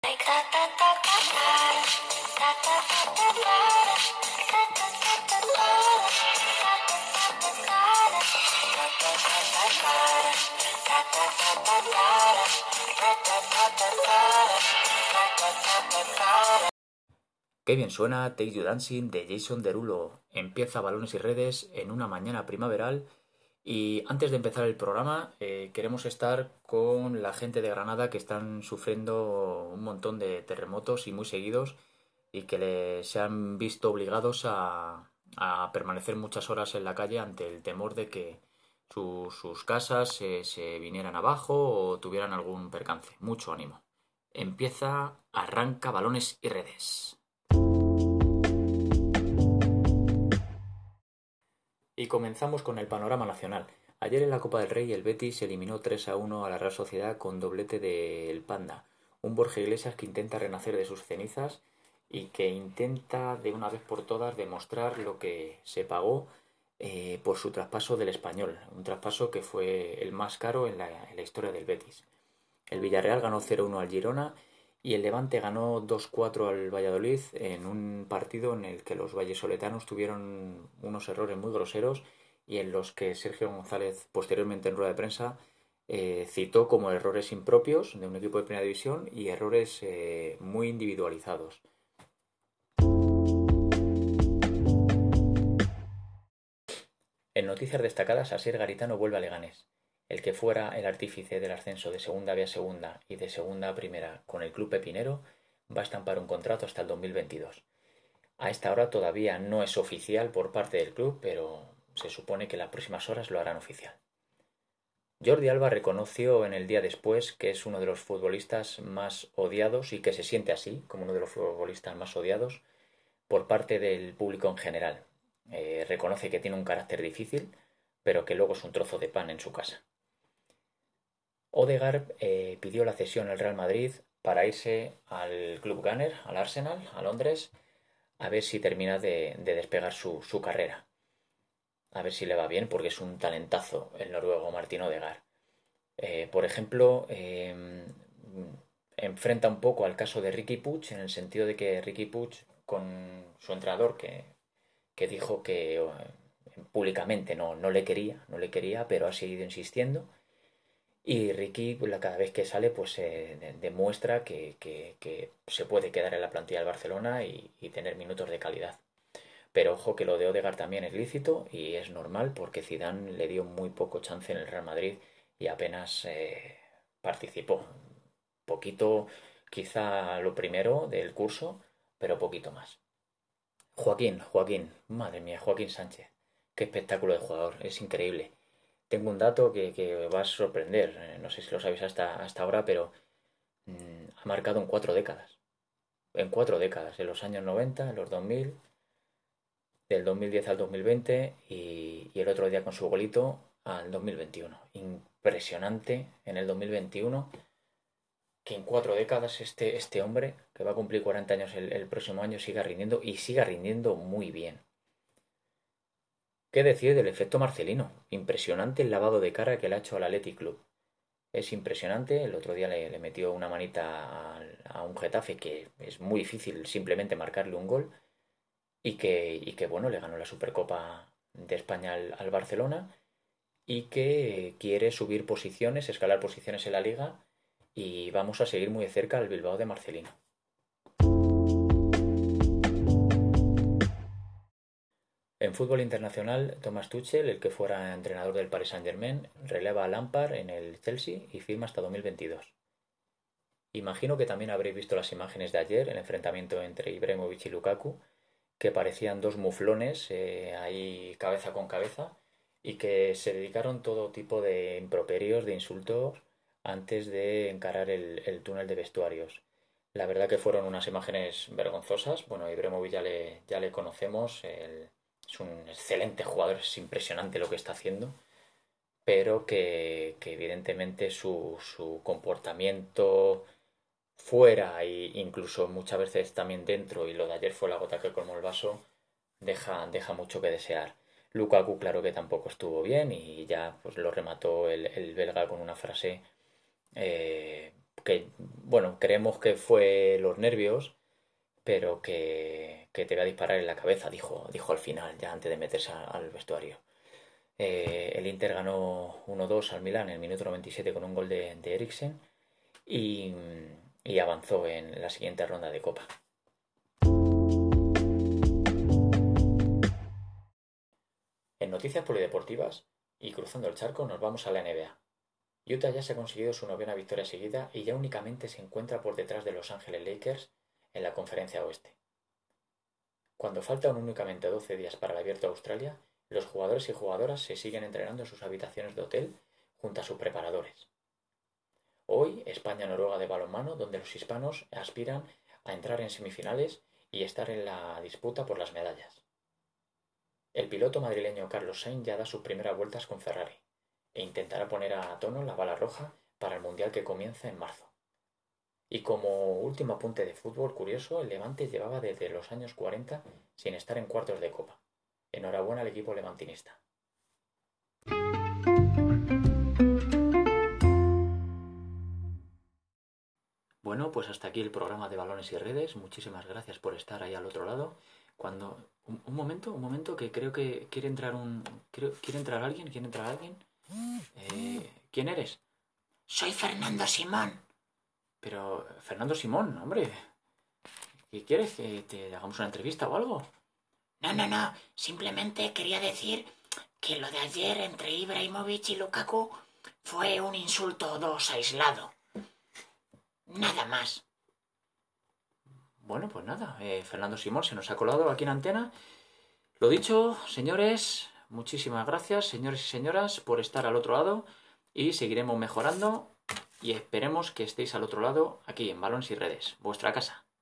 Qué bien suena Take You Dancing de Jason Derulo. Empieza Balones y Redes en una mañana primaveral. Y antes de empezar el programa, queremos estar con la gente de Granada que están sufriendo un montón de terremotos y muy seguidos y que se han visto obligados a permanecer muchas horas en la calle ante el temor de que sus casas se vinieran abajo o tuvieran algún percance. Mucho ánimo. Arranca Balones y Redes. Y comenzamos con el panorama nacional. Ayer en la Copa del Rey el Betis eliminó 3-1 a la Real Sociedad con doblete del Panda. Un Borja Iglesias que intenta renacer de sus cenizas y que intenta de una vez por todas demostrar lo que se pagó por su traspaso del Español. Un traspaso que fue el más caro en la historia del Betis. El Villarreal ganó 0-1 al Girona y el Levante ganó 2-4 al Valladolid en un partido en el que los vallesoletanos tuvieron unos errores muy groseros y en los que Sergio González, posteriormente en rueda de prensa, citó como errores impropios de un equipo de primera división y errores muy individualizados. En noticias destacadas, Asier Garitano vuelve a Leganés. El que fuera el artífice del ascenso de Segunda B a Segunda y de Segunda a Primera con el club pepinero va a estampar un contrato hasta el 2022. A esta hora todavía no es oficial por parte del club, pero se supone que en las próximas horas lo harán oficial. Jordi Alba reconoció en el día después que es uno de los futbolistas más odiados y que se siente así, como uno de los futbolistas más odiados por parte del público en general. Reconoce que tiene un carácter difícil, pero que luego es un trozo de pan en su casa. Odegaard pidió la cesión al Real Madrid para irse al club Gunner, al Arsenal, a Londres, a ver si termina de despegar su carrera. A ver si le va bien, porque es un talentazo el noruego Martin Odegaard. Por ejemplo, enfrenta un poco al caso de Riqui Puig, en el sentido de que Riqui Puig, con su entrenador, que dijo que públicamente no le quería, pero ha seguido insistiendo. Y Riqui, cada vez que sale, pues demuestra que se puede quedar en la plantilla del Barcelona y tener minutos de calidad. Pero ojo que lo de Odegaard también es lícito y es normal porque Zidane le dio muy poco chance en el Real Madrid y apenas participó. Poquito, quizá lo primero del curso, pero poquito más. Joaquín, madre mía, Joaquín Sánchez. Qué espectáculo de jugador, es increíble. Tengo un dato que va a sorprender, no sé si lo sabéis hasta ahora, pero ha marcado en 4 décadas. En 4 décadas, en los años 90, en los 2000, del 2010 al 2020 y el otro día con su golito al 2021. Impresionante en el 2021 que en 4 décadas este hombre, que va a cumplir 40 años el próximo año, siga rindiendo y siga rindiendo muy bien. ¿Qué decir del efecto Marcelino? Impresionante el lavado de cara que le ha hecho al Athletic Club. Es impresionante, el otro día le metió una manita a un Getafe que es muy difícil simplemente marcarle un gol y que bueno, le ganó la Supercopa de España al Barcelona y que quiere subir posiciones, escalar posiciones en la liga y vamos a seguir muy de cerca al Bilbao de Marcelino. En fútbol internacional, Thomas Tuchel, el que fuera entrenador del Paris Saint-Germain, releva a Lampard en el Chelsea y firma hasta 2022. Imagino que también habréis visto las imágenes de ayer, el enfrentamiento entre Ibrahimovic y Lukaku, que parecían dos muflones ahí cabeza con cabeza y que se dedicaron todo tipo de improperios, de insultos antes de encarar el túnel de vestuarios. La verdad que fueron unas imágenes vergonzosas. Bueno, Ibrahimovic ya le conocemos, es un excelente jugador, es impresionante lo que está haciendo, pero que evidentemente su comportamiento fuera e incluso muchas veces también dentro, y lo de ayer fue la gota que colmó el vaso, deja mucho que desear. Lukaku claro que tampoco estuvo bien y ya pues lo remató el belga con una frase que, bueno, creemos que fue los nervios, pero que te va a disparar en la cabeza, dijo al final, ya antes de meterse al vestuario. El Inter ganó 1-2 al Milán en el minuto 97 con un gol de Eriksen y, y avanzó en la siguiente ronda de Copa. En noticias polideportivas y cruzando el charco nos vamos a la NBA. Utah ya se ha conseguido su 9ª victoria seguida y ya únicamente se encuentra por detrás de Los Ángeles Lakers en la conferencia oeste. Cuando faltan únicamente 12 días para el Abierto de Australia, los jugadores y jugadoras se siguen entrenando en sus habitaciones de hotel junto a sus preparadores. Hoy, España-Noruega de balonmano, donde los hispanos aspiran a entrar en semifinales y estar en la disputa por las medallas. El piloto madrileño Carlos Sainz ya da sus primeras vueltas con Ferrari e intentará poner a tono la bala roja para el Mundial que comienza en marzo. Y como último apunte de fútbol curioso, el Levante llevaba desde los años 40 sin estar en cuartos de Copa. Enhorabuena al equipo levantinista. Bueno, pues hasta aquí el programa de Balones y Redes. Muchísimas gracias por estar ahí al otro lado. Un momento, que creo que quiere entrar ¿quiere entrar alguien? ¿Quién eres? Soy Fernando Simón. Pero, Fernando Simón, hombre. ¿Qué quieres? ¿Que te hagamos una entrevista o algo? No. Simplemente quería decir que lo de ayer entre Ibrahimovic y Lukaku fue un insulto o dos aislado. Nada más. Bueno, pues nada. Fernando Simón se nos ha colado aquí en antena. Lo dicho, señores, muchísimas gracias, señores y señoras, por estar al otro lado y seguiremos mejorando y esperemos que estéis al otro lado aquí en Balones y Redes, vuestra casa.